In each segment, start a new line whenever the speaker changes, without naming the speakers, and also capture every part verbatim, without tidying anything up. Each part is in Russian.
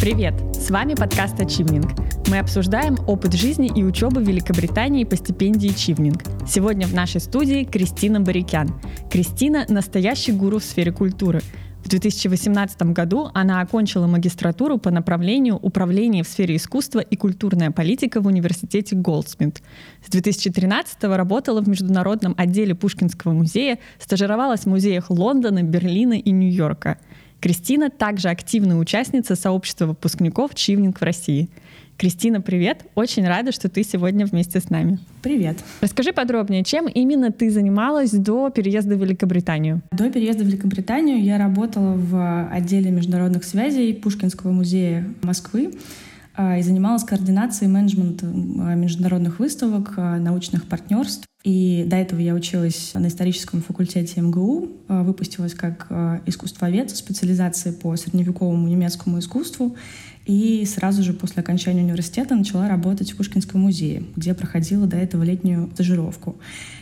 Привет! С вами подкаст «Ачивнинг». Мы обсуждаем опыт жизни и учебы в Великобритании по стипендии «Ачивнинг». Сегодня в нашей студии Кристина Барикян. Кристина – настоящий гуру в сфере культуры. В две тысячи восемнадцатом году она окончила магистратуру по направлению управления в сфере искусства и культурная политика в университете Голдсмит. С две тысячи тринадцатого работала в международном отделе Пушкинского музея, стажировалась в музеях Лондона, Берлина и Нью-Йорка. Кристина также активная участница сообщества выпускников «Ачивнинг» в России. Кристина, привет! Очень рада, что ты сегодня вместе с нами.
Привет!
Расскажи подробнее, чем именно ты занималась до переезда в Великобританию?
До переезда в Великобританию я работала в отделе международных связей Пушкинского музея Москвы и занималась координацией и менеджментом международных выставок, научных партнерств. И до этого я училась на историческом факультете эм гэ у, выпустилась как искусствовед с специализацией по средневековому немецкому искусству. И сразу же после окончания университета начала работать в Пушкинском музее, где проходила до этого летнюю стажировку.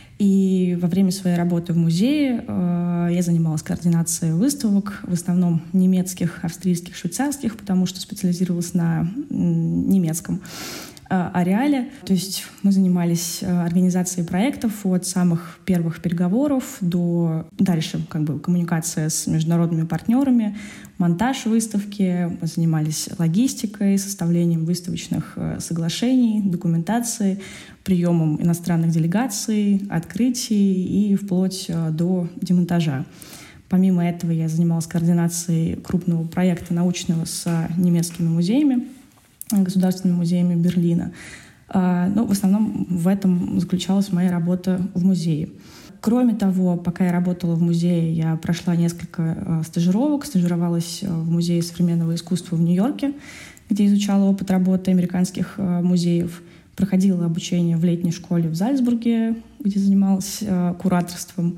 И во время своей работы в музее э, я занималась координацией выставок, в основном немецких, австрийских, швейцарских, потому что специализировалась на м, немецком э, ареале. То есть мы занимались э, организацией проектов от самых первых переговоров до дальше как бы коммуникация с международными партнерами, монтаж выставки, мы занимались логистикой, составлением выставочных соглашений, документацией, приемом иностранных делегаций, открытий и вплоть до демонтажа. Помимо этого я занималась координацией крупного проекта научного с немецкими музеями, государственными музеями Берлина. Но в основном в этом заключалась моя работа в музее. Кроме того, пока я работала в музее, я прошла несколько э, стажировок. Стажировалась в Музее современного искусства в Нью-Йорке, где изучала опыт работы американских э, музеев. Проходила обучение в летней школе в Зальцбурге, где занималась э, кураторством.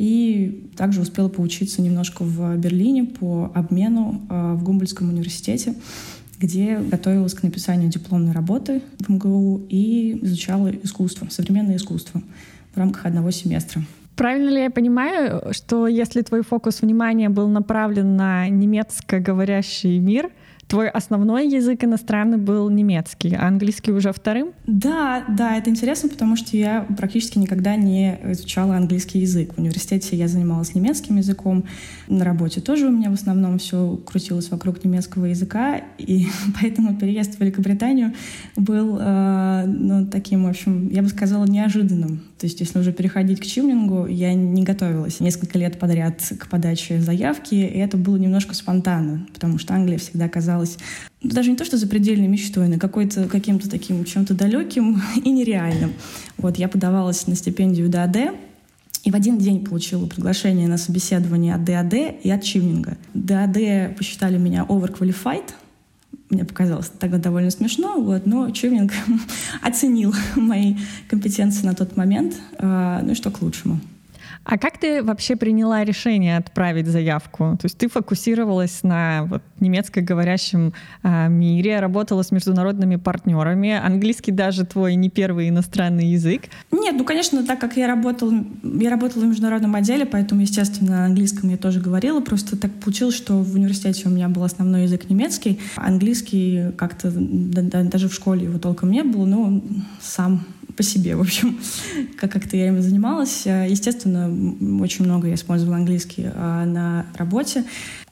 И также успела поучиться немножко в Берлине по обмену э, в Гумбольдтском университете, где готовилась к написанию дипломной работы в эм гэ у и изучала искусство, современное искусство в рамках одного семестра.
Правильно ли я понимаю, что если твой фокус внимания был направлен на немецкоговорящий мир, твой основной язык иностранный был немецкий, а английский уже вторым?
Да, да, это интересно, потому что я практически никогда не изучала английский язык. В университете я занималась немецким языком, на работе тоже у меня в основном все крутилось вокруг немецкого языка, и поэтому переезд в Великобританию был э, ну, таким, в общем, я бы сказала, неожиданным. То есть если уже переходить к ачивнингу, я не готовилась несколько лет подряд к подаче заявки, и это было немножко спонтанно, потому что Англия всегда казалась даже не то, что запредельной мечтой, но какой-то, каким-то таким чем-то далеким и нереальным. Вот, я подавалась на стипендию дэ а дэ, и в один день получила приглашение на собеседование от дэ а дэ и от ачивнинга. дэ а дэ посчитали меня overqualified. Мне показалось тогда довольно смешно, вот, но ачивнинг оценил мои компетенции на тот момент, ну и что к лучшему.
А как ты вообще приняла решение отправить заявку? То есть ты фокусировалась на вот, немецкоговорящем э, мире, работала с международными партнерами, английский даже твой не первый иностранный язык?
Нет, ну, конечно, так как я работала, я работала в международном отделе, поэтому, естественно, на английском я тоже говорила. Просто так получилось, что в университете у меня был основной язык немецкий. Английский как-то даже в школе его толком не было, но он сам по себе, в общем, как-то я им занималась. Естественно, очень много я использовала английский на работе.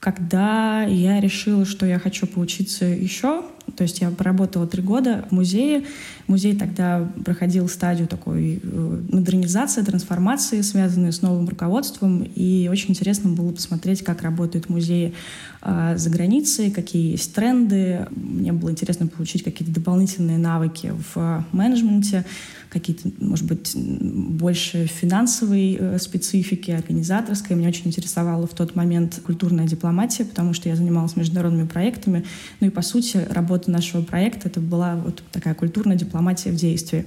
Когда я решила, что я хочу поучиться еще, то есть я поработала три года в музее. Музей тогда проходил стадию такой модернизации, трансформации, связанной с новым руководством. И очень интересно было посмотреть, как работают музеи э, за границей, какие есть тренды. Мне было интересно получить какие-то дополнительные навыки в менеджменте, какие-то, может быть, больше финансовой э, специфики, организаторской. Меня очень интересовала в тот момент культурная дипломатия, потому что я занималась международными проектами. Ну и, по сути, работа нашего проекта — это была вот такая культурная дипломатия в действии.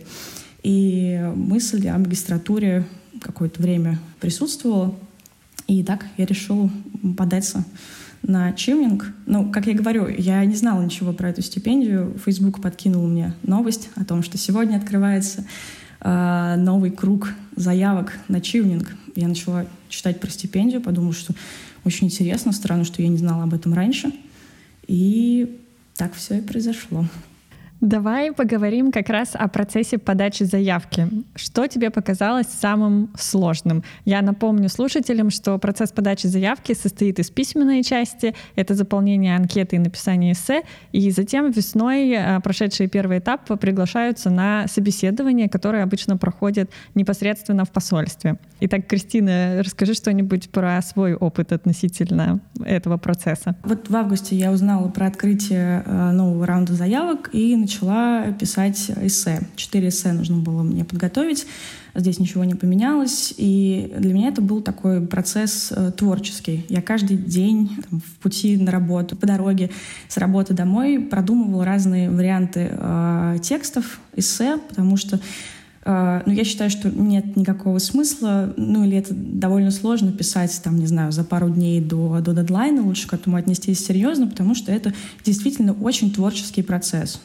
И мысль о магистратуре какое-то время присутствовала. И так я решила податься на ачивнинг. Ну, как я говорю, я не знала ничего про эту стипендию. Facebook подкинул мне новость о том, что сегодня открывается э, новый круг заявок на ачивнинг. Я начала читать про стипендию, подумала, что очень интересно, странно, что я не знала об этом раньше. И Так все и произошло.
Давай поговорим как раз о процессе подачи заявки. Что тебе показалось самым сложным? Я напомню слушателям, что процесс подачи заявки состоит из письменной части, это заполнение анкеты и написание эссе, и затем весной прошедшие первый этап приглашаются на собеседование, которое обычно проходит непосредственно в посольстве. Итак, Кристина, расскажи что-нибудь про свой опыт относительно этого процесса.
Вот в августе я узнала про открытие нового раунда заявок и начала начала писать эссе. Четыре эссе нужно было мне подготовить. Здесь ничего не поменялось. И для меня это был такой процесс э, творческий. Я каждый день там, в пути на работу, по дороге с работы домой продумывала разные варианты э, текстов, эссе, потому что э, ну, я считаю, что нет никакого смысла, ну или это довольно сложно писать, там, не знаю, за пару дней до, до дедлайна. Лучше к этому отнестись серьезно, потому что это действительно очень творческий процесс.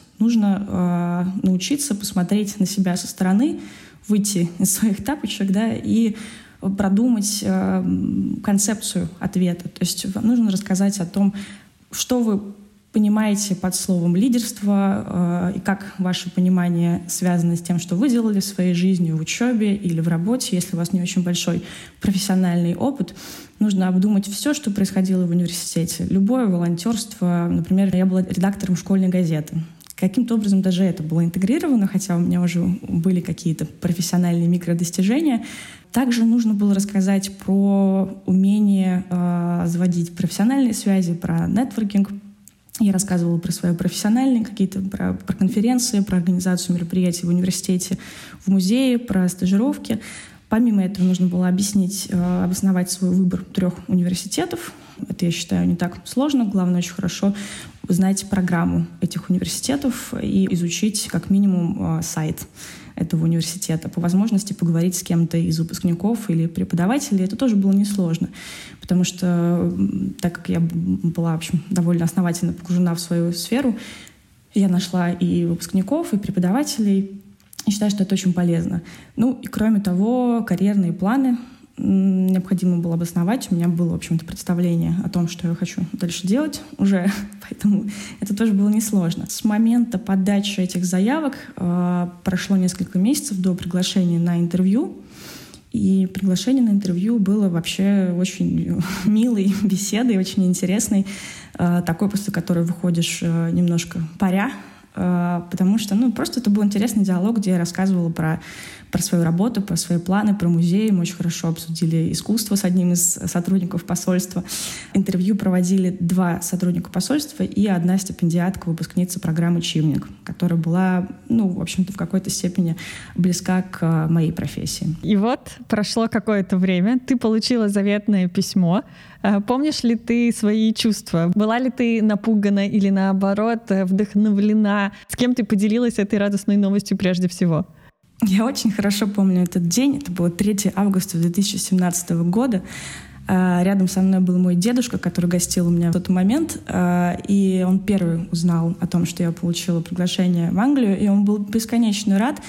Нужно э, научиться посмотреть на себя со стороны, выйти из своих тапочек, да, и продумать э, концепцию ответа. То есть вам нужно рассказать о том, что вы понимаете под словом лидерство, э, и как ваше понимание связано с тем, что вы делали в своей жизни, в учебе или в работе. Если у вас не очень большой профессиональный опыт, нужно обдумать все, что происходило в университете. Любое волонтерство. Например, я была редактором школьной газеты. Каким-то образом даже это было интегрировано, хотя у меня уже были какие-то профессиональные микродостижения. Также нужно было рассказать про умение э, заводить профессиональные связи, про нетворкинг. Я рассказывала про свои профессиональные какие-то, про, про конференции, про организацию мероприятий в университете, в музее, про стажировки. Помимо этого нужно было объяснить, э, обосновать свой выбор трех университетов. Это, я считаю, не так сложно. Главное, очень хорошо знать программу этих университетов и изучить как минимум сайт этого университета. По возможности поговорить с кем-то из выпускников или преподавателей. Это тоже было несложно, потому что, так как я была, в общем, довольно основательно погружена в свою сферу, я нашла и выпускников, и преподавателей. И считаю, что это очень полезно. Ну и кроме того, карьерные планы необходимо было обосновать. У меня было, в общем-то, представление о том, что я хочу дальше делать уже, поэтому это тоже было несложно. С момента подачи этих заявок э, прошло несколько месяцев до приглашения на интервью, и приглашение на интервью было вообще очень милой беседой, очень интересной, э, такой, после которой выходишь э, немножко паря, э, потому что, ну, просто это был интересный диалог, где я рассказывала про про свою работу, про свои планы, про музей. Мы очень хорошо обсудили искусство с одним из сотрудников посольства. Интервью проводили два сотрудника посольства и одна стипендиатка, выпускница программы «Чивник», которая была, ну, в общем-то, в какой-то степени близка к моей профессии.
И вот прошло какое-то время, ты получила заветное письмо. Помнишь ли ты свои чувства? Была ли ты напугана или, наоборот, вдохновлена? С кем ты поделилась этой радостной новостью прежде всего?
Я очень хорошо помню этот день. Это было третьего августа две тысячи семнадцатого года. Рядом со мной был мой дедушка, который гостил у меня в тот момент. И он первый узнал о том, что я получила приглашение в Англию. И он был бесконечно рад.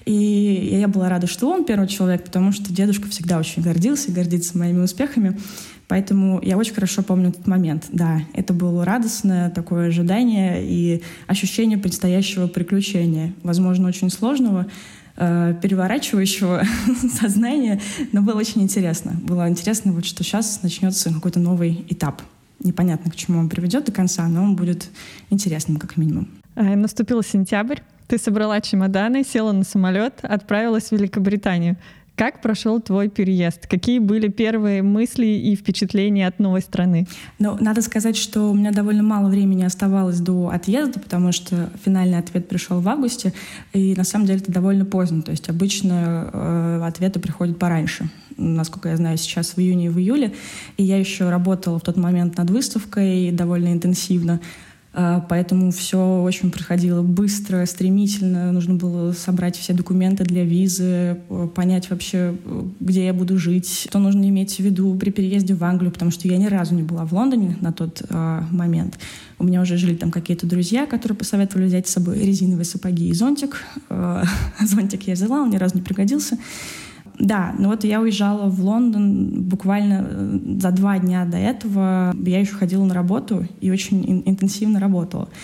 И я была рада, что он первый человек, потому что дедушка всегда очень гордился и гордится моими успехами. Поэтому я очень хорошо помню этот момент. Да, это было радостное такое ожидание и ощущение предстоящего приключения. Возможно, очень сложного, переворачивающего сознание, но было очень интересно. Было интересно, вот, что сейчас начнется какой-то новый этап. Непонятно, к чему он приведет до конца, но он будет интересным, как минимум.
Наступил сентябрь, ты собрала чемоданы, села на самолет, отправилась в Великобританию. Как прошел твой переезд? Какие были первые мысли и впечатления от новой страны?
Ну, надо сказать, что у меня довольно мало времени оставалось до отъезда, потому что финальный ответ пришел в августе, и на самом деле это довольно поздно. То есть обычно э, ответы приходят пораньше. Насколько я знаю, сейчас в июне и в июле. И я еще работала в тот момент над выставкой довольно интенсивно. Поэтому все очень проходило быстро, стремительно. Нужно было собрать все документы для визы, понять вообще, где я буду жить, что нужно иметь в виду при переезде в Англию, потому что я ни разу не была в Лондоне на тот а, момент. У меня уже жили там какие-то друзья, которые посоветовали взять с собой резиновые сапоги и зонтик. А, зонтик я взяла, он ни разу не пригодился. Да, ну вот я уезжала в Лондон буквально за два дня до этого. Я еще ходила на работу и очень интенсивно работала.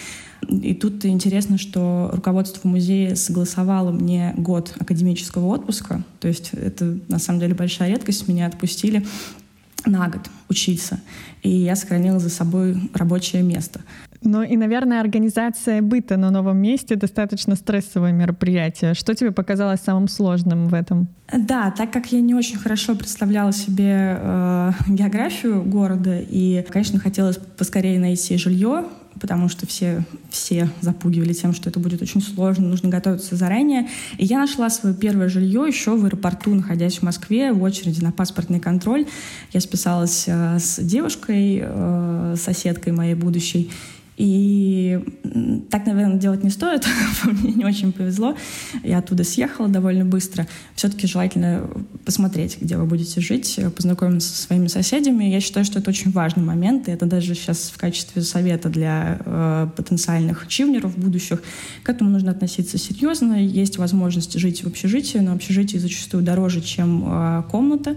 И тут интересно, что руководство музея согласовало мне год академического отпуска. То есть это на самом деле большая редкость. Меня отпустили на год учиться. И я сохранила за собой рабочее место.
Ну и, наверное, организация быта на новом месте достаточно стрессовое мероприятие. Что тебе показалось самым сложным в этом?
Да, так как я не очень хорошо представляла себе э, географию города, и, конечно, хотелось поскорее найти жилье, потому что все, все запугивали тем, что это будет очень сложно, нужно готовиться заранее. И я нашла свое первое жилье еще в аэропорту, находясь в Москве, в очереди на паспортный контроль. Я списалась э, с девушкой, э, соседкой моей будущей. И так, наверное, делать не стоит. Мне не очень повезло. Я оттуда съехала довольно быстро. Все-таки желательно посмотреть, где вы будете жить, познакомиться со своими соседями. Я считаю, что это очень важный момент. И это даже сейчас в качестве совета для э, потенциальных чивнеров будущих. К этому нужно относиться серьезно. Есть возможность жить в общежитии, но общежитие зачастую дороже, чем э, комната.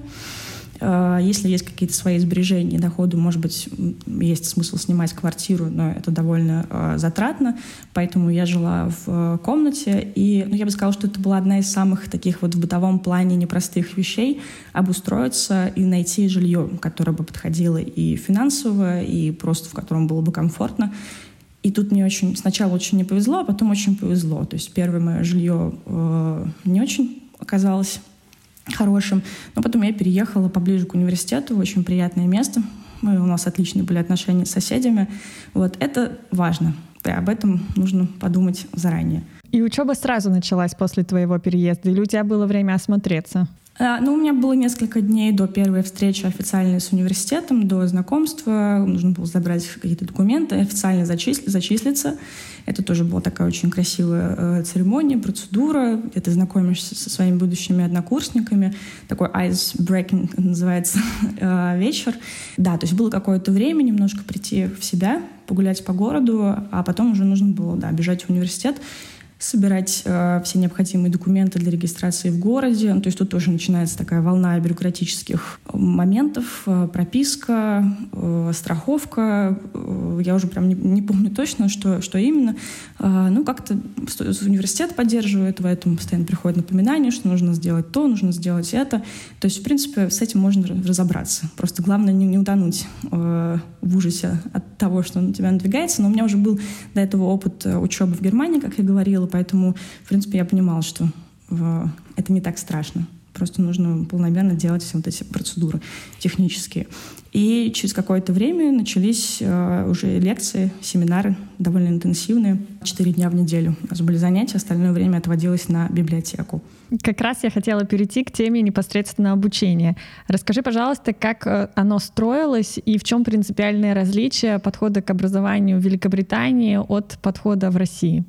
Если есть какие-то свои сбережения, доходы, может быть, есть смысл снимать квартиру, но это довольно э, затратно. Поэтому я жила в комнате. И ну, я бы сказала, что это была одна из самых таких вот в бытовом плане непростых вещей — обустроиться и найти жилье, которое бы подходило и финансово, и просто в котором было бы комфортно. И тут мне очень сначала очень не повезло, а потом очень повезло. То есть первое мое жилье э, не очень оказалось хорошим. Но потом я переехала поближе к университету, в очень приятное место. Мы, у нас отличные были отношения с соседями. Вот это важно. И об этом нужно подумать заранее.
И учеба сразу началась после твоего переезда? Или у тебя было время осмотреться?
А, ну, у меня было несколько дней до первой встречи официальной с университетом, до знакомства. Нужно было забрать какие-то документы, официально зачисли, зачислиться. Это тоже была такая очень красивая э, церемония, процедура, где ты знакомишься со своими будущими однокурсниками. Такой ice-breaking называется э, вечер. Да, то есть было какое-то время немножко прийти в себя, погулять по городу, а потом уже нужно было, да, бежать в университет, собирать э, все необходимые документы для регистрации в городе. Ну, то есть тут тоже начинается такая волна бюрократических моментов. Э, прописка, э, страховка. Э, я уже прям не, не помню точно, что, что именно. Э, ну, как-то университет поддерживает в этом. Постоянно приходят напоминания, что нужно сделать то, нужно сделать это. То есть, в принципе, с этим можно разобраться. Просто главное не, не утонуть э, в ужасе от того, что на тебя надвигается. Но у меня уже был до этого опыт учебы в Германии, как я говорила. Поэтому, в принципе, я понимала, что в... это не так страшно. Просто нужно полномерно делать все вот эти процедуры технические. И через какое-то время начались э, уже лекции, семинары довольно интенсивные. Четыре дня в неделю у нас были занятия, остальное время отводилось на библиотеку.
Как раз я хотела перейти к теме непосредственно обучения. Расскажи, пожалуйста, как оно строилось и в чем принципиальное различие подхода к образованию в Великобритании от подхода в России?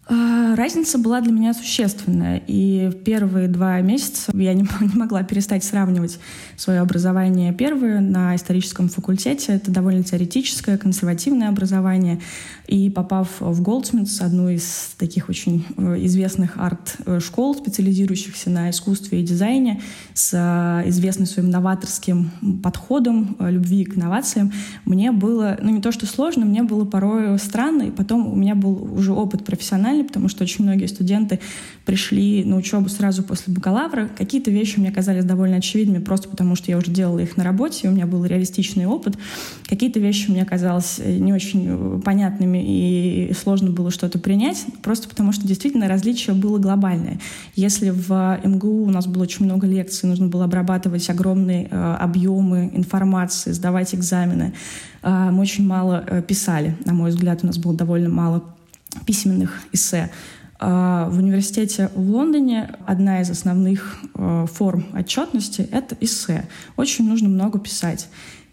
Разница была для меня существенная, и первые два месяца я не, не могла перестать сравнивать свое образование первое на историческом факультете. Это довольно теоретическое, консервативное образование. И попав в Goldsmiths, одну из таких очень известных арт-школ, специализирующихся на искусстве и дизайне, с известным своим новаторским подходом, любви к инновациям, мне было, ну не то что сложно, мне было порой странно, и потом у меня был уже опыт профессиональный, потому что очень многие студенты пришли на учебу сразу после бакалавра. Какие-то вещи мне казались довольно очевидными, просто потому что я уже делала их на работе, у меня был реалистичный опыт. Какие-то вещи мне казалось не очень понятными, и сложно было что-то принять, просто потому что действительно различие было глобальное. Если в МГУ у нас было очень много лекций, нужно было обрабатывать огромные э, объемы информации, сдавать экзамены, э, мы очень мало э, писали. На мой взгляд, у нас было довольно мало письменных эссе. В университете в Лондоне одна из основных форм отчетности — это эссе. Очень нужно много писать.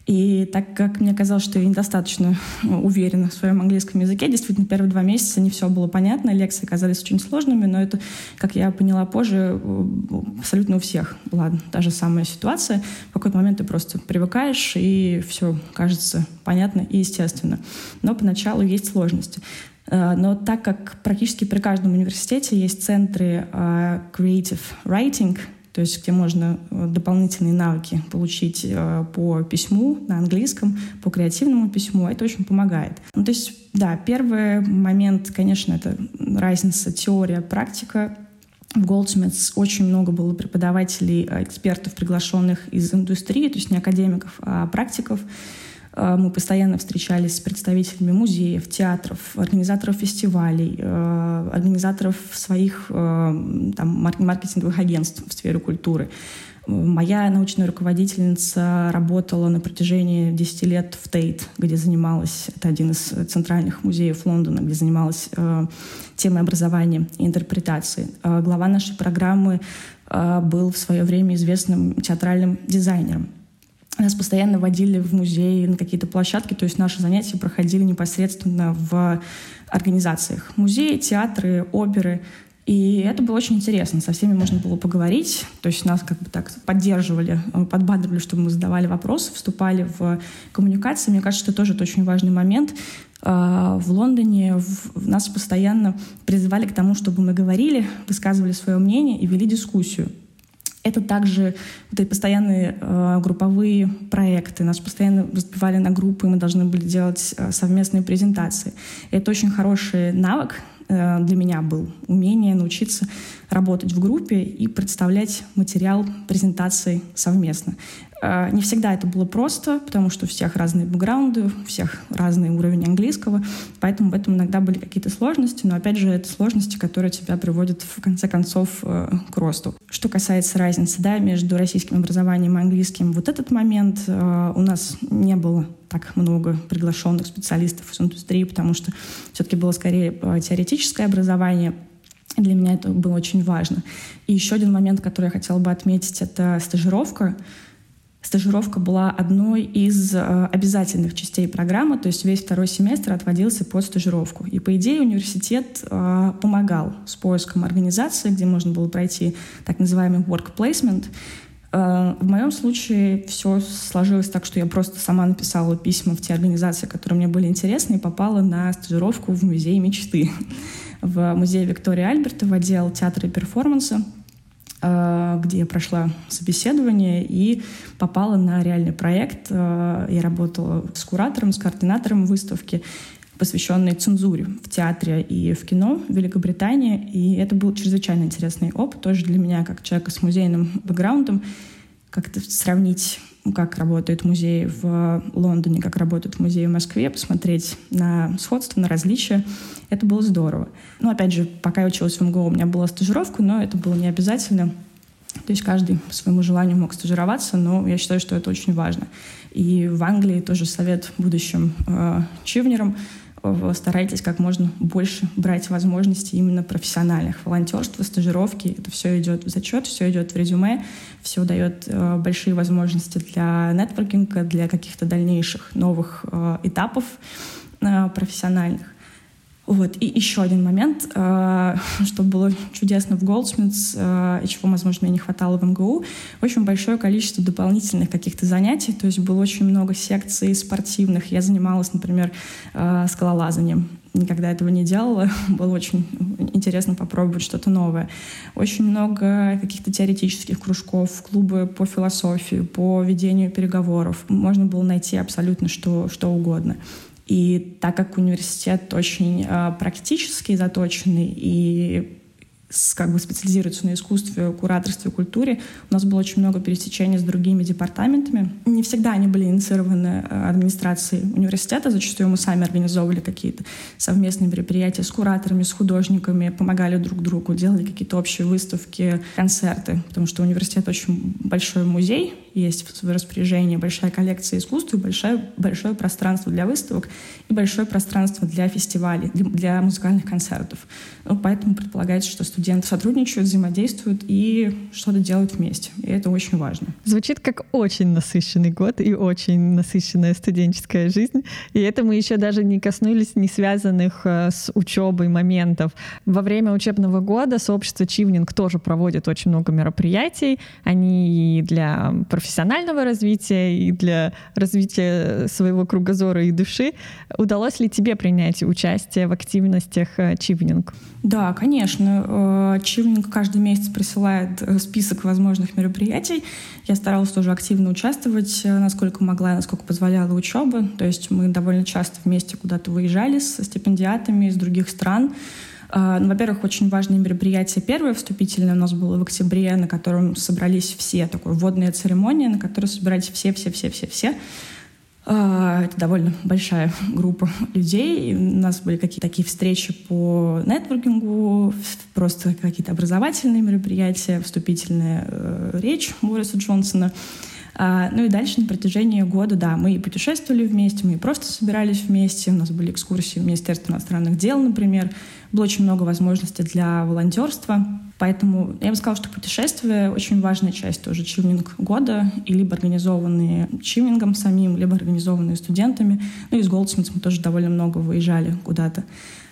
И так как мне казалось, что я недостаточно уверена в своем английском языке, действительно, первые два месяца не все было понятно, лекции казались очень сложными, но это, как я поняла позже, абсолютно у всех была та же самая ситуация. В какой-то момент ты просто привыкаешь, и все кажется понятно и естественно. Но поначалу есть сложности. Но так как практически при каждом университете есть центры uh, creative writing, то есть где можно дополнительные навыки получить по письму на английском, по креативному письму. Это очень помогает. Ну, то есть, да, первый момент, конечно, это разница теория, практика. В Goldsmiths очень много было преподавателей, экспертов, приглашенных из индустрии, то есть не академиков, а практиков. Мы постоянно встречались с представителями музеев, театров, организаторов фестивалей, организаторов своих там, маркетинговых агентств в сфере культуры. Моя научная руководительница работала на протяжении десяти лет в Тейт, где занималась, это один из центральных музеев Лондона, где занималась э, темой образования и интерпретации. Э, глава нашей программы э, был в свое время известным театральным дизайнером. Нас постоянно водили в музеи на какие-то площадки, то есть наши занятия проходили непосредственно в организациях. Музеи, театры, оперы. И это было очень интересно. Со всеми можно было поговорить. То есть нас как бы так поддерживали, подбадривали, чтобы мы задавали вопросы, вступали в коммуникации. Мне кажется, что тоже это очень важный момент. В Лондоне нас постоянно призывали к тому, чтобы мы говорили, высказывали свое мнение и вели дискуссию. Это также вот эти постоянные э, групповые проекты. Нас постоянно разбивали на группы, и мы должны были делать э, совместные презентации. И это очень хороший навык э, для меня был. Умение научиться работать в группе и представлять материал презентации совместно. Э, не всегда это было просто, потому что у всех разные бэкграунды, у всех разный уровень английского, поэтому в этом иногда были какие-то сложности, но опять же это сложности, которые тебя приводят в конце концов э, к росту. Что касается разницы, да, между российским образованием и английским, вот этот момент э, у нас не было так много приглашенных специалистов из индустрии, потому что все-таки было скорее э, теоретическое образование. Для меня это было очень важно. И еще один момент, который я хотела бы отметить, это стажировка. Стажировка была одной из э, обязательных частей программы, то есть весь второй семестр отводился под стажировку. И, по идее, университет э, помогал с поиском организации, где можно было пройти так называемый work placement. Э, в моем случае все сложилось так, что я просто сама написала письма в те организации, которые мне были интересны, и попала на стажировку в музей мечты. В музее Виктории Альберта, в отдел театра и перформанса, где я прошла собеседование и попала на реальный проект. Я работала с куратором, с координатором выставки, посвященной цензуре в театре и в кино в Великобритании. И это был чрезвычайно интересный опыт тоже для меня, как человека с музейным бэкграундом, как-то сравнить, как работает музей в Лондоне, как работает музей в Москве, посмотреть на сходство, на различия. Это было здорово. Но, опять же, пока я училась в МГУ, у меня была стажировка, но это было не обязательно. То есть каждый по своему желанию мог стажироваться, но я считаю, что это очень важно. И в Англии тоже совет будущим э, чивнерам: старайтесь как можно больше брать возможностей именно профессиональных. Волонтерство, стажировки, это все идет в зачет, все идет в резюме, все дает э, большие возможности для нетворкинга, для каких-то дальнейших новых э, этапов э, профессиональных. Вот. И еще один момент, э, что было чудесно в Goldsmiths, э, и чего, возможно, мне не хватало в МГУ, очень большое количество дополнительных каких-то занятий, то есть было очень много секций спортивных. Я занималась, например, э, скалолазанием. Никогда этого не делала, было очень интересно попробовать что-то новое. Очень много каких-то теоретических кружков, клубы по философии, по ведению переговоров. Можно было найти абсолютно что, что угодно. И так как университет очень э, практически заточенный и с, как бы специализируется на искусстве, кураторстве, культуре, у нас было очень много пересечений с другими департаментами. Не всегда они были инициированы администрацией университета, зачастую мы сами организовывали какие-то совместные мероприятия с кураторами, с художниками, помогали друг другу, делали какие-то общие выставки, концерты, потому что университет очень большой музей, есть в своем распоряжении большая коллекция искусства, большое, большое пространство для выставок и большое пространство для фестивалей, для, для музыкальных концертов. Ну, поэтому предполагается, что студенты сотрудничают, взаимодействуют и что-то делают вместе. И это очень важно.
Звучит как очень насыщенный год и очень насыщенная студенческая жизнь. И это мы еще даже не коснулись не связанных с учебой моментов. Во время учебного года сообщество Чивнинг тоже проводит очень много мероприятий. Они и для профессионалов, профессионального развития, и для развития своего кругозора и души. Удалось ли тебе принять участие в активностях Чивнинг?
Да, конечно. Чивнинг каждый месяц присылает список возможных мероприятий. Я старалась тоже активно участвовать, насколько могла, насколько позволяла учеба. То есть мы довольно часто вместе куда-то выезжали с стипендиатами из других стран. Ну, во-первых, очень важное мероприятие первое, вступительное, у нас было в октябре, на котором собрались все, такая вводная церемония, на которой собирались все-все-все-все-все. Это довольно большая группа людей. У нас были какие-то такие встречи по нетворкингу, просто какие-то образовательные мероприятия, вступительная э, речь Бориса Джонсона. А, ну и дальше на протяжении года, да, мы и путешествовали вместе, мы и просто собирались вместе. У нас были экскурсии в Министерство иностранных дел, например. Было очень много возможностей для волонтерства. Поэтому я бы сказала, что путешествие — очень важная часть тоже чивнинг года, и либо организованные чивнингом самим, либо организованные студентами. Ну и с Goldsmiths мы тоже довольно много выезжали куда-то.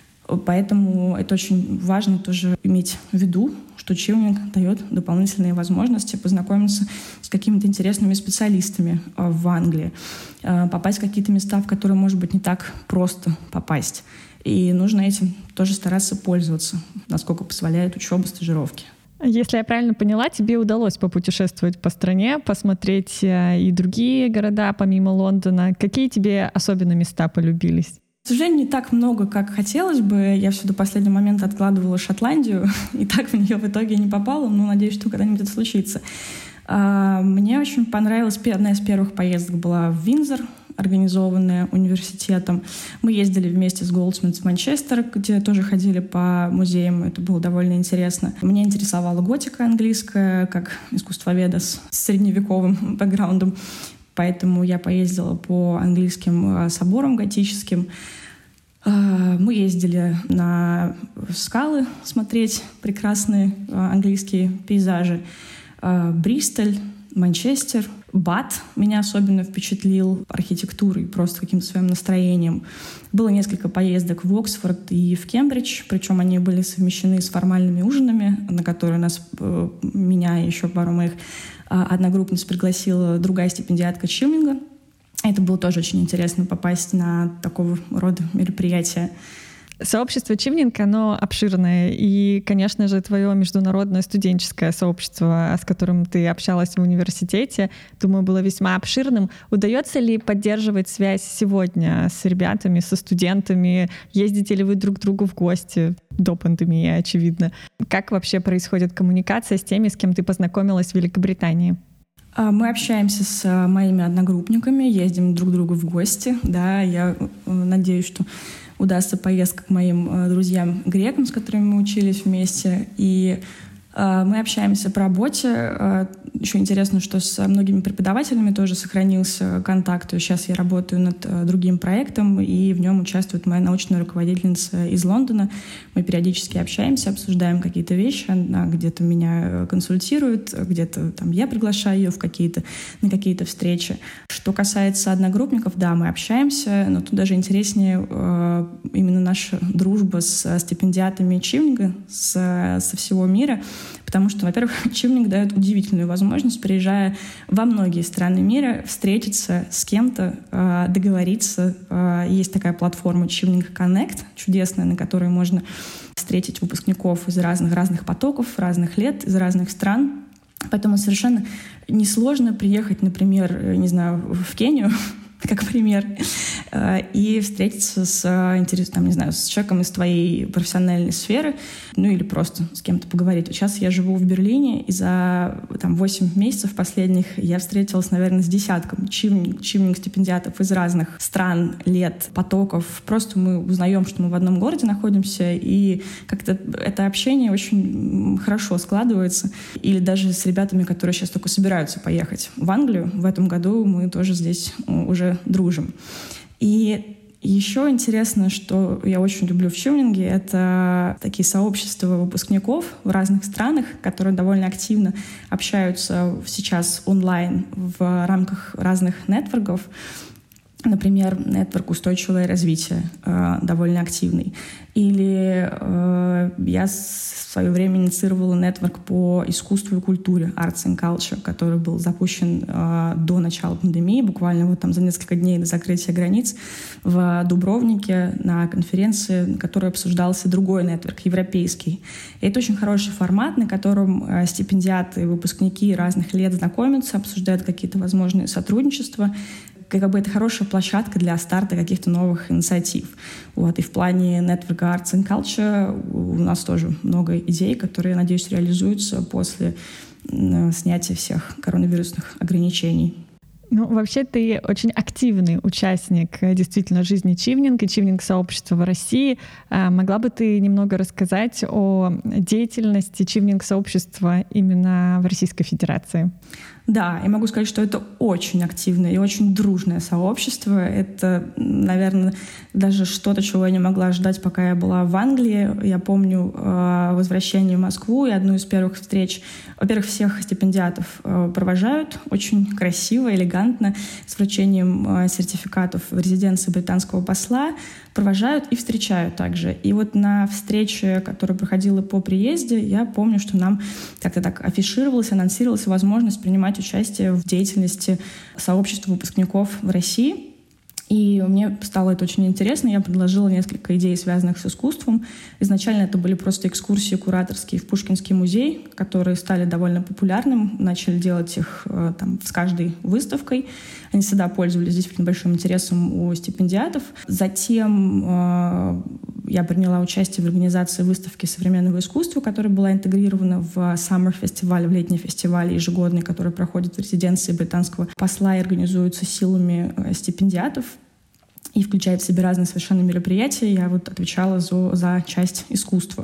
Поэтому это очень важно тоже иметь в виду, что чивнинг дает дополнительные возможности познакомиться с какими-то интересными специалистами в Англии, попасть в какие-то места, в которые, может быть, не так просто попасть. И нужно этим тоже стараться пользоваться, насколько позволяет учеба, стажировки.
Если я правильно поняла, тебе удалось попутешествовать по стране, посмотреть и другие города помимо Лондона. Какие тебе особенно места полюбились?
К сожалению, не так много, как хотелось бы. Я все до последнего момента откладывала Шотландию, и так в нее в итоге не попала, но надеюсь, что когда-нибудь это случится. Мне очень понравилась одна из первых поездок была в Виндзор, организованная университетом. Мы ездили вместе с Goldsmiths в Манчестер, где тоже ходили по музеям. Это было довольно интересно. Меня интересовала готика английская, как искусствоведа с средневековым бэкграундом. Поэтому я поездила по английским соборам готическим. Мы ездили на скалы смотреть прекрасные английские пейзажи. Бристоль, Манчестер, Бат меня особенно впечатлил архитектурой, просто каким-то своим настроением. Было несколько поездок в Оксфорд и в Кембридж, причем они были совмещены с формальными ужинами, на которые нас, меня и еще пару моих одногруппниц пригласила другая стипендиатка Чивнинга. Это было тоже очень интересно попасть на такого рода мероприятия.
Сообщество Чивнинг, оно обширное, и, конечно же, твое международное студенческое сообщество, с которым ты общалась в университете, думаю, было весьма обширным. Удается ли поддерживать связь сегодня с ребятами, со студентами? Ездите ли вы друг к другу в гости? До пандемии, очевидно. Как вообще происходит коммуникация с теми, с кем ты познакомилась в Великобритании?
Мы общаемся с моими одногруппниками, ездим друг к другу в гости. Да, я надеюсь, что удастся поездка к моим друзьям-грекам, с которыми мы учились вместе. И э, мы общаемся по работе. Э, еще интересно, что с многими преподавателями тоже сохранился контакт. Сейчас я работаю над э, другим проектом, и в нем участвует моя научная руководительница из Лондона. Мы периодически общаемся, обсуждаем какие-то вещи. Она где-то меня консультирует, где-то там я приглашаю ее в какие-то, на какие-то встречи. Что касается одногруппников, да, мы общаемся, но тут даже интереснее э, именно наша дружба с стипендиатами Чивнинга с, со всего мира, потому что, во-первых, Чивнинг дает удивительную возможность, приезжая во многие страны мира, встретиться с кем-то, э, договориться. Э, есть такая платформа Чивнинг Connect, чудесная, на которой можно встретить выпускников из разных, разных потоков, разных лет, из разных стран. Поэтому совершенно несложно приехать, например, не знаю, в Кению, как пример, и встретиться с, там, не знаю, с человеком из твоей профессиональной сферы, ну или просто с кем-то поговорить. Сейчас я живу в Берлине, и за там, восемь месяцев последних я встретилась, наверное, с десятком чивнинг, чивнинг-стипендиатов из разных стран, лет, потоков. Просто мы узнаем, что мы в одном городе находимся, и как-то это общение очень хорошо складывается. Или даже с ребятами, которые сейчас только собираются поехать в Англию. В этом году мы тоже здесь уже дружим. И еще интересно, что я очень люблю в Чивнинге, это такие сообщества выпускников в разных странах, которые довольно активно общаются сейчас онлайн в рамках разных нетворков. Например, нетворк «Устойчивое развитие», э, довольно активный. Или э, я в свое время инициировала нетворк по искусству и культуре Arts and Culture, который был запущен э, до начала пандемии, буквально вот там за несколько дней до закрытия границ в Дубровнике на конференции, на которой обсуждался другой нетворк, европейский. И это очень хороший формат, на котором э, стипендиаты и выпускники разных лет знакомятся, обсуждают какие-то возможные сотрудничества. Как бы это хорошая площадка для старта каких-то новых инициатив. Вот. И в плане нетворка Arts and Culture у нас тоже много идей, которые, я надеюсь, реализуются после снятия всех коронавирусных ограничений.
Ну, вообще, ты очень активный участник действительно жизни Чивнинг и Чивнинг-сообщества в России. Могла бы ты немного рассказать о деятельности Чивнинг-сообщества именно в Российской Федерации?
Да, я могу сказать, что это очень активное и очень дружное сообщество. Это, наверное, даже что-то, чего я не могла ожидать, пока я была в Англии. Я помню э, возвращение в Москву и одну из первых встреч. Во-первых, всех стипендиатов э, провожают очень красиво, элегантно, с вручением э, сертификатов в резиденции британского посла. Провожают и встречают также. И вот на встрече, которая проходила по приезде, я помню, что нам как-то так афишировалась, анонсировалась возможность принимать участие в деятельности сообщества выпускников в России. И мне стало это очень интересно. Я предложила несколько идей, связанных с искусством. Изначально это были просто экскурсии кураторские в Пушкинский музей, которые стали довольно популярным. Начали делать их там с каждой выставкой. Они всегда пользовались действительно большим интересом у стипендиатов. Затем э, я приняла участие в организации выставки современного искусства, которая была интегрирована в Summer Festival, в летний фестиваль ежегодный, который проходит в резиденции британского посла и организуется силами стипендиатов и включает в себя разные совершенно мероприятия. Я вот отвечала за, за часть искусства.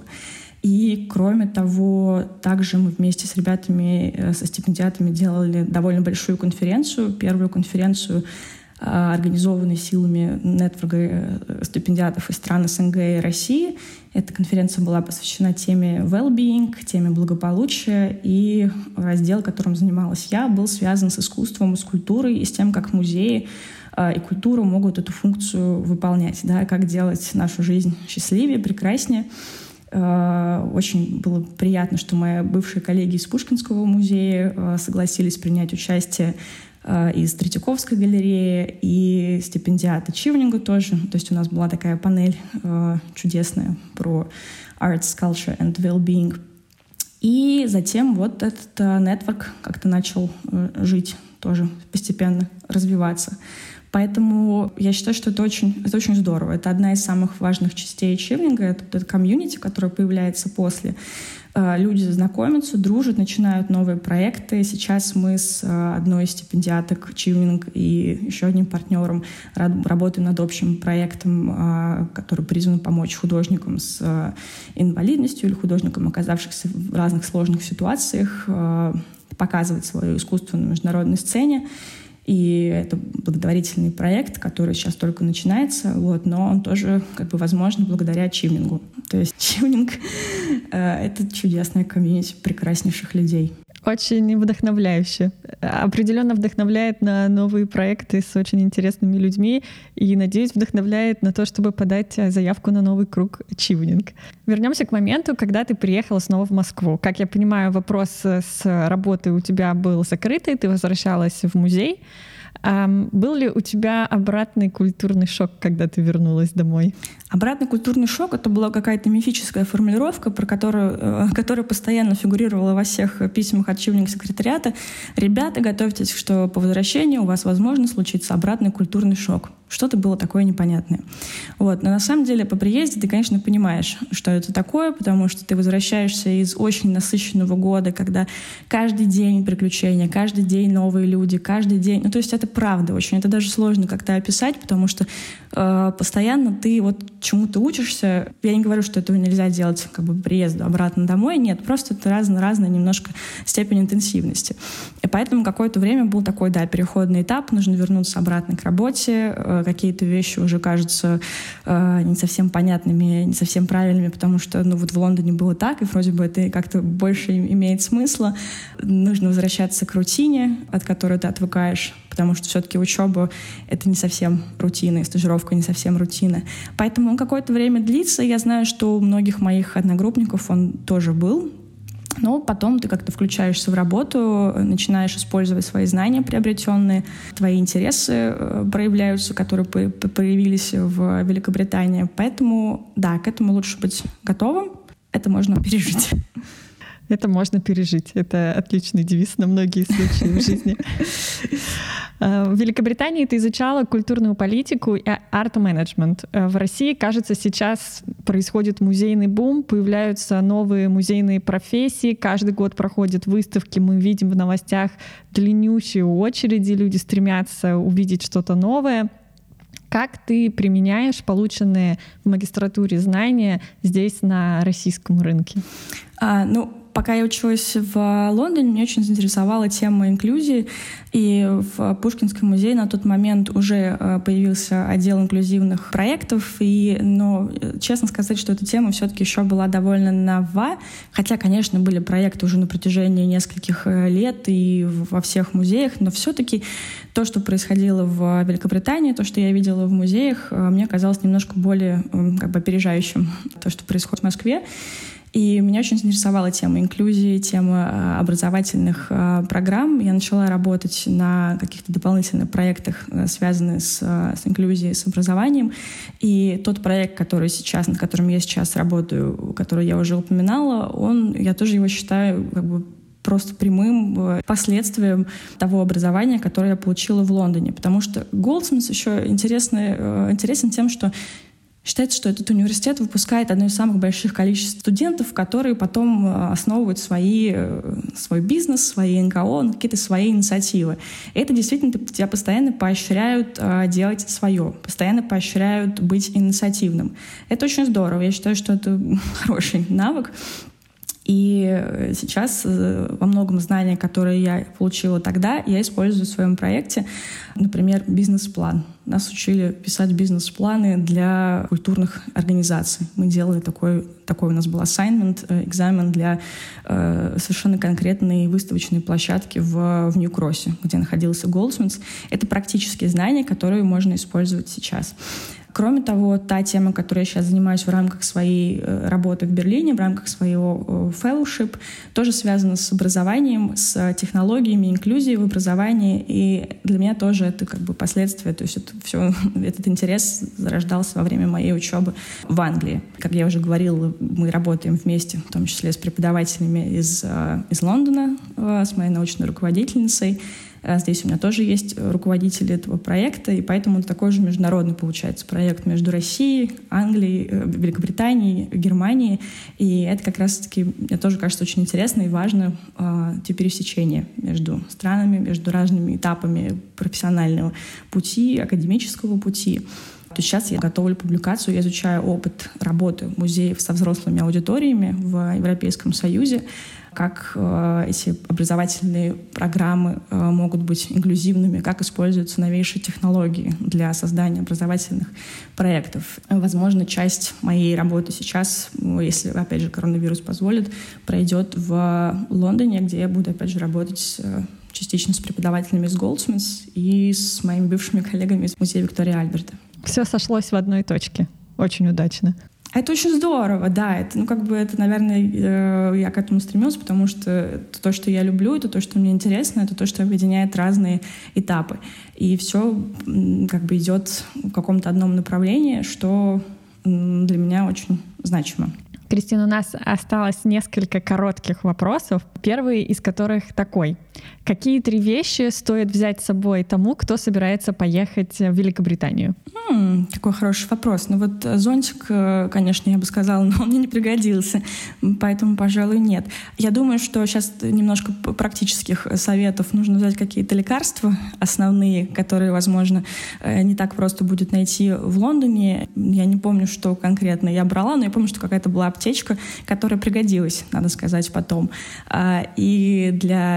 И, кроме того, также мы вместе с ребятами, со стипендиатами делали довольно большую конференцию, первую конференцию, организованную силами нетворка стипендиатов из стран СНГ и России. Эта конференция была посвящена теме well-being, теме благополучия, и раздел, которым занималась я, был связан с искусством, с культурой и с тем, как музеи и культура могут эту функцию выполнять, да, как делать нашу жизнь счастливее, прекраснее. Очень было приятно, что мои бывшие коллеги из Пушкинского музея согласились принять участие, из Третьяковской галереи, и стипендиаты Чивнинга тоже. То есть у нас была такая панель чудесная про arts, culture and well-being. И затем вот этот нетворк как-то начал жить тоже, постепенно развиваться. Поэтому я считаю, что это очень, это очень здорово. Это одна из самых важных частей Чивнинга. Это, это комьюнити, которое появляется после. Люди знакомятся, дружат, начинают новые проекты. Сейчас мы с одной из стипендиаток Чивнинг и еще одним партнером работаем над общим проектом, который призван помочь художникам с инвалидностью или художникам, оказавшихся в разных сложных ситуациях, показывать свое искусство на международной сцене. И это благотворительный проект, который сейчас только начинается, вот, но он тоже как бы возможен благодаря Чивнингу. То есть Чивнинг э, — это чудесная комьюнити прекраснейших людей.
Очень вдохновляюще. Определенно вдохновляет на новые проекты с очень интересными людьми и, надеюсь, вдохновляет на то, чтобы подать заявку на новый круг Чивнинг. Вернемся к моменту, когда ты приехала снова в Москву. Как я понимаю, вопрос с работой у тебя был закрытый, ты возвращалась в музей. А был ли у тебя обратный культурный шок, когда ты вернулась домой?
Обратный культурный шок — это была какая-то мифическая формулировка, про которую, которая постоянно фигурировала во всех письмах от Чивнинг-секретариата. Ребята, готовьтесь, что по возвращению у вас, возможно, случится обратный культурный шок. Что-то было такое непонятное. Вот. Но на самом деле по приезде ты, конечно, понимаешь, что это такое, потому что ты возвращаешься из очень насыщенного года, когда каждый день приключения, каждый день новые люди, каждый день... Ну, то есть это правда очень. Это даже сложно как-то описать, потому что э, постоянно ты вот чему-то учишься. Я не говорю, что этого нельзя делать как бы по приезду обратно домой. Нет, просто это разно-разная немножко степень интенсивности. И поэтому какое-то время был такой, да, переходный этап. Нужно вернуться обратно к работе, какие-то вещи уже кажутся не совсем понятными, не совсем правильными, потому что ну, вот в Лондоне было так, и вроде бы это как-то больше имеет смысла. Нужно возвращаться к рутине, от которой ты отвыкаешь, потому что все-таки учеба — это не совсем рутина, и стажировка не совсем рутина. Поэтому он какое-то время длится. Я знаю, что у многих моих одногруппников он тоже был. Но потом ты как-то включаешься в работу, начинаешь использовать свои знания приобретенные, твои интересы проявляются, которые появились в Великобритании. Поэтому, да, к этому лучше быть готовым. Это можно пережить.
Это можно пережить. Это отличный девиз на многие случаи в жизни. В Великобритании ты изучала культурную политику и арт-менеджмент. В России, кажется, сейчас происходит музейный бум, появляются новые музейные профессии, каждый год проходят выставки, мы видим в новостях длиннющие очереди, люди стремятся увидеть что-то новое. Как ты применяешь полученные в магистратуре знания здесь, на российском рынке?
А, ну, Пока я училась в Лондоне, меня очень заинтересовала тема инклюзии, и в Пушкинском музее на тот момент уже появился отдел инклюзивных проектов, и, но честно сказать, что эта тема все-таки еще была довольно нова, хотя, конечно, были проекты уже на протяжении нескольких лет и во всех музеях, но все-таки то, что происходило в Великобритании, то, что я видела в музеях, мне казалось немножко более как бы опережающим то, что происходит в Москве. И меня очень заинтересовала тема инклюзии, тема образовательных программ. Я начала работать на каких-то дополнительных проектах, связанных с, с инклюзией, с образованием. И тот проект, который сейчас, над которым я сейчас работаю, который я уже упоминала, он, я тоже его считаю как бы просто прямым последствием того образования, которое я получила в Лондоне. Потому что Goldsmiths еще интересный, интересен тем, что считается, что этот университет выпускает одно из самых больших количеств студентов, которые потом основывают свои, свой бизнес, свои эн ка о, какие-то свои инициативы. И это действительно тебя постоянно поощряют делать свое, постоянно поощряют быть инициативным. Это очень здорово. Я считаю, что это хороший навык. И сейчас во многом знания, которые я получила тогда, я использую в своем проекте. Например, бизнес-план. Нас учили писать бизнес-планы для культурных организаций. Мы делали такой, такой у нас был assignment, экзамен для э, совершенно конкретной выставочной площадки в, в Нью-Кроссе, где находился Goldsmiths. Это практические знания, которые можно использовать сейчас. Кроме того, та тема, которой я сейчас занимаюсь в рамках своей работы в Берлине, в рамках своего fellowship, тоже связана с образованием, с технологиями, инклюзией в образовании. И для меня тоже это как бы последствия. То есть это все, этот интерес зарождался во время моей учебы в Англии. Как я уже говорила, мы работаем вместе, в том числе с преподавателями из, из Лондона, с моей научной руководительницей. Здесь у меня тоже есть руководители этого проекта, и поэтому это такой же международный, получается, проект между Россией, Англией, Великобританией, Германией. И это как раз-таки, мне тоже кажется, очень интересно и важно, те пересечения между странами, между разными этапами профессионального пути, академического пути. То есть сейчас я готовлю публикацию, я изучаю опыт работы музеев со взрослыми аудиториями в Европейском Союзе, как э, эти образовательные программы э, могут быть инклюзивными, как используются новейшие технологии для создания образовательных проектов. Возможно, часть моей работы сейчас, если, опять же, коронавирус позволит, пройдет в Лондоне, где я буду, опять же, работать э, частично с преподавателями из Goldsmiths и с моими бывшими коллегами из музея Виктория Альберта.
Все сошлось в одной точке. Очень удачно.
Это очень здорово, да. Это, ну, как бы это, наверное, я к этому стремилась, потому что это то, что я люблю, это то, что мне интересно, это то, что объединяет разные этапы. И все как бы идет в каком-то одном направлении, что для меня очень значимо.
Кристина, у нас осталось несколько коротких вопросов. Первый из которых такой. Какие три вещи стоит взять с собой тому, кто собирается поехать в Великобританию?
М-м, какой хороший вопрос. Ну вот зонтик, конечно, я бы сказала, но он мне не пригодился, поэтому, пожалуй, нет. Я думаю, что сейчас немножко практических советов. Нужно взять какие-то лекарства основные, которые, возможно, не так просто будет найти в Лондоне. Я не помню, что конкретно я брала, но я помню, что какая-то была аптечка, которая пригодилась, надо сказать, потом. И для людей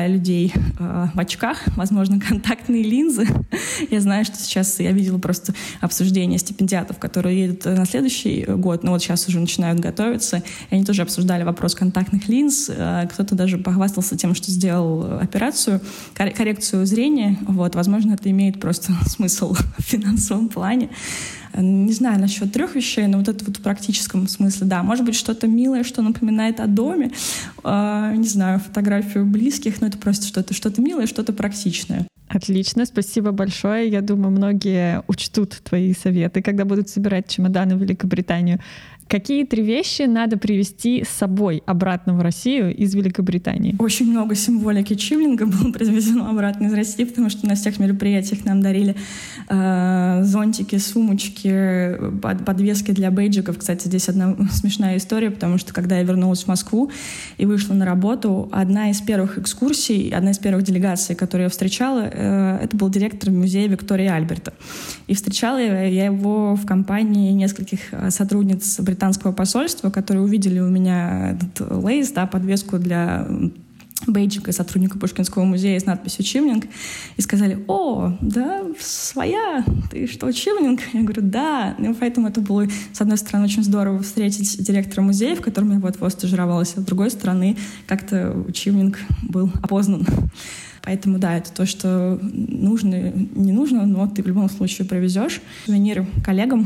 очки э, в очках, возможно, контактные линзы. Я знаю, что сейчас я видела просто обсуждение стипендиатов, которые едут на следующий год, но вот сейчас уже начинают готовиться, и они тоже обсуждали вопрос контактных линз. Э, кто-то даже похвастался тем, что сделал операцию, кор- коррекцию зрения. Вот, возможно, это имеет просто смысл в финансовом плане. Не знаю насчет трех вещей, но вот это вот в практическом смысле, да. Может быть, что-то милое, что напоминает о доме. Э, не знаю, фотографию близких, но это просто что-то, что-то милое, что-то практичное.
Отлично, спасибо большое. Я думаю, многие учтут твои советы, когда будут собирать чемоданы в Великобританию. Какие три вещи надо привезти с собой обратно в Россию из Великобритании?
Очень много символики чивлинга было привезено обратно из России, потому что на всех мероприятиях нам дарили э, зонтики, сумочки, под, подвески для бейджиков. Кстати, здесь одна смешная история, потому что когда я вернулась в Москву и вышла на работу, одна из первых экскурсий, одна из первых делегаций, которую я встречала, э, это был директор музея Виктории Альберта. И встречала я его в компании нескольких сотрудниц британского британского посольства, которые увидели у меня этот лейс, да, подвеску для бейджика сотрудника Пушкинского музея с надписью «Чивнинг», и сказали: «О, да, своя, ты что, Чивнинг?» Я говорю: «Да». И поэтому это было, с одной стороны, очень здорово встретить директора музея, в котором я вот-вот стажировалась, а с другой стороны, как-то Чивнинг был опознан. Поэтому, да, это то, что нужно, не нужно, но ты в любом случае привезешь. Сувениры коллегам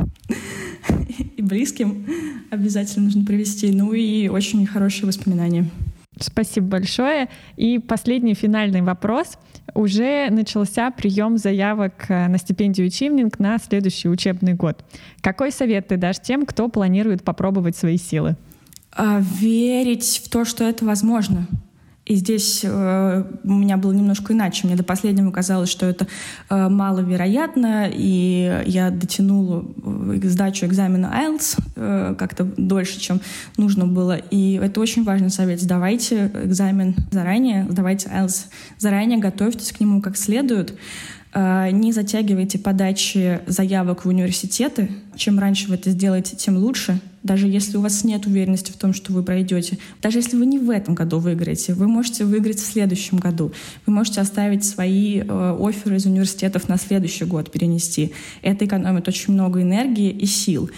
и близким обязательно нужно привезти. Ну и очень хорошие воспоминания.
Спасибо большое. И последний финальный вопрос. Уже начался прием заявок на стипендию Чивнинг на следующий учебный год. Какой совет ты дашь тем, кто планирует попробовать свои силы?
А, верить в то, что это возможно. И здесь э, у меня было немножко иначе. Мне до последнего казалось, что это э, маловероятно, и я дотянула сдачу экзамена ай эл ти эс э, как-то дольше, чем нужно было. И это очень важный совет. Сдавайте экзамен заранее, сдавайте ай эл ти эс заранее, готовьтесь к нему как следует. Не затягивайте подачи заявок в университеты. Чем раньше вы это сделаете, тем лучше. Даже если у вас нет уверенности в том, что вы пройдете. Даже если вы не в этом году выиграете, вы можете выиграть в следующем году. Вы можете оставить свои э, офферы из университетов на следующий год, перенести. Это экономит очень много энергии и сил.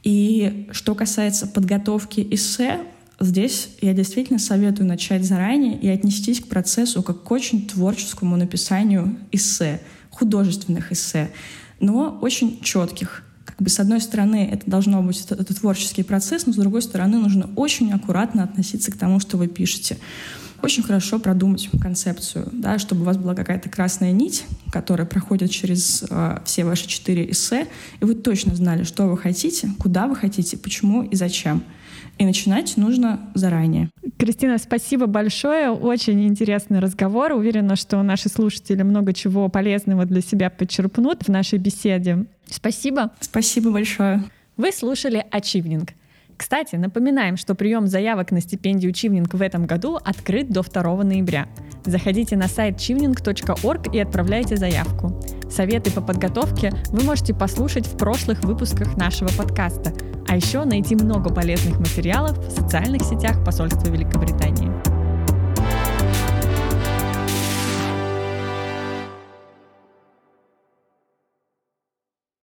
И что касается подготовки эссе, здесь я действительно советую начать заранее и отнестись к процессу как к очень творческому написанию эссе, художественных эссе, но очень четких. Как бы с одной стороны это должно быть это, это творческий процесс, но с другой стороны нужно очень аккуратно относиться к тому, что вы пишете. Очень хорошо продумать концепцию, да, чтобы у вас была какая-то красная нить, которая проходит через э, все ваши четыре эссе, и вы точно знали, что вы хотите, куда вы хотите, почему и зачем. И начинать нужно заранее.
Кристина, спасибо большое. Очень интересный разговор. Уверена, что наши слушатели много чего полезного для себя подчерпнут в нашей беседе. Спасибо.
Спасибо большое.
Вы слушали «Ачивнинг». Кстати, напоминаем, что прием заявок на стипендию Чивнинг в этом году открыт до второго ноября. Заходите на сайт чивнинг точка орг и отправляйте заявку. Советы по подготовке вы можете послушать в прошлых выпусках нашего подкаста, а еще найти много полезных материалов в социальных сетях посольства Великобритании.